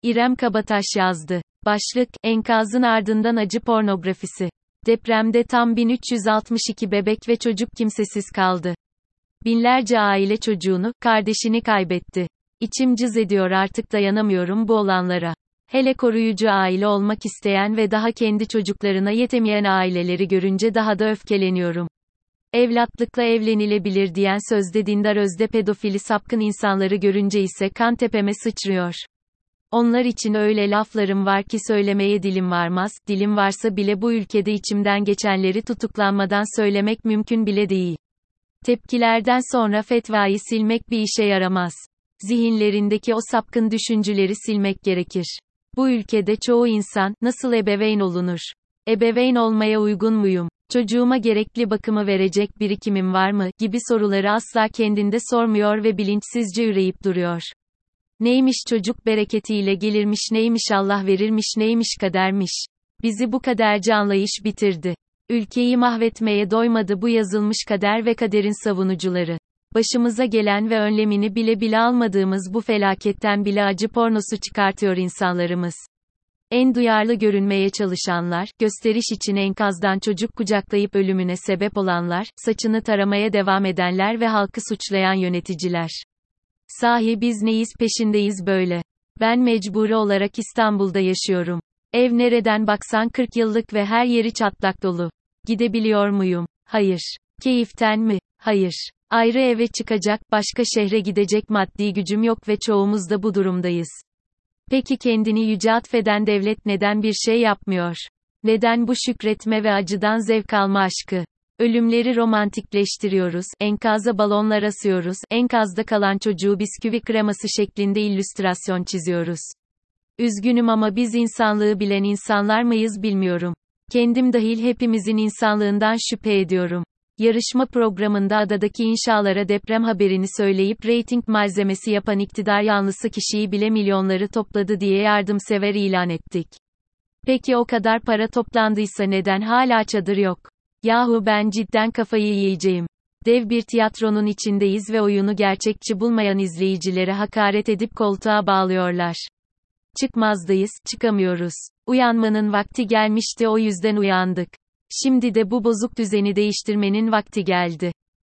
İrem Kabataş yazdı. Başlık, enkazın ardından acı pornografisi. Depremde tam 1362 bebek ve çocuk kimsesiz kaldı. Binlerce aile çocuğunu, kardeşini kaybetti. İçim cız ediyor, artık dayanamıyorum bu olanlara. Hele koruyucu aile olmak isteyen ve daha kendi çocuklarına yetemeyen aileleri görünce daha da öfkeleniyorum. Evlatlıkla evlenilebilir diyen sözde dindar, özde pedofili sapkın insanları görünce ise kan tepeme sıçrıyor. Onlar için öyle laflarım var ki söylemeye dilim varmaz, dilim varsa bile bu ülkede içimden geçenleri tutuklanmadan söylemek mümkün bile değil. Tepkilerden sonra fetvayı silmek bir işe yaramaz. Zihinlerindeki o sapkın düşünceleri silmek gerekir. Bu ülkede çoğu insan, nasıl ebeveyn olunur? Ebeveyn olmaya uygun muyum? Çocuğuma gerekli bakımı verecek birikimim var mı? Gibi soruları asla kendinde sormuyor ve bilinçsizce üreyip duruyor. Neymiş çocuk bereketiyle gelirmiş, neymiş Allah verirmiş, neymiş kadermiş. Bizi bu kaderci anlayış bitirdi. Ülkeyi mahvetmeye doymadı bu yazılmış kader ve kaderin savunucuları. Başımıza gelen ve önlemini bile bile almadığımız bu felaketten bile acı pornosu çıkartıyor insanlarımız. En duyarlı görünmeye çalışanlar, gösteriş için enkazdan çocuk kucaklayıp ölümüne sebep olanlar, saçını taramaya devam edenler ve halkı suçlayan yöneticiler. Sahi biz neyiz peşindeyiz böyle? Ben mecburi olarak İstanbul'da yaşıyorum. Ev nereden baksan 40 yıllık ve her yeri çatlak dolu. Gidebiliyor muyum? Hayır. Keyiften mi? Hayır. Ayrı eve çıkacak, başka şehre gidecek maddi gücüm yok ve çoğumuz da bu durumdayız. Peki kendini yüce atfeden devlet neden bir şey yapmıyor? Neden bu şükretme ve acıdan zevk alma aşkı? Ölümleri romantikleştiriyoruz, enkaza balonlar asıyoruz, enkazda kalan çocuğu bisküvi kreması şeklinde illüstrasyon çiziyoruz. Üzgünüm ama biz insanlığı bilen insanlar mıyız bilmiyorum. Kendim dahil hepimizin insanlığından şüphe ediyorum. Yarışma programında adadaki inşalara deprem haberini söyleyip reyting malzemesi yapan iktidar yanlısı kişiyi bile milyonları topladı diye yardımsever ilan ettik. Peki o kadar para toplandıysa neden hala çadır yok? Yahu ben cidden kafayı yiyeceğim. Dev bir tiyatronun içindeyiz ve oyunu gerçekçi bulmayan izleyicilere hakaret edip koltuğa bağlıyorlar. Çıkmazdayız, çıkamıyoruz. Uyanmanın vakti gelmişti, o yüzden uyandık. Şimdi de bu bozuk düzeni değiştirmenin vakti geldi.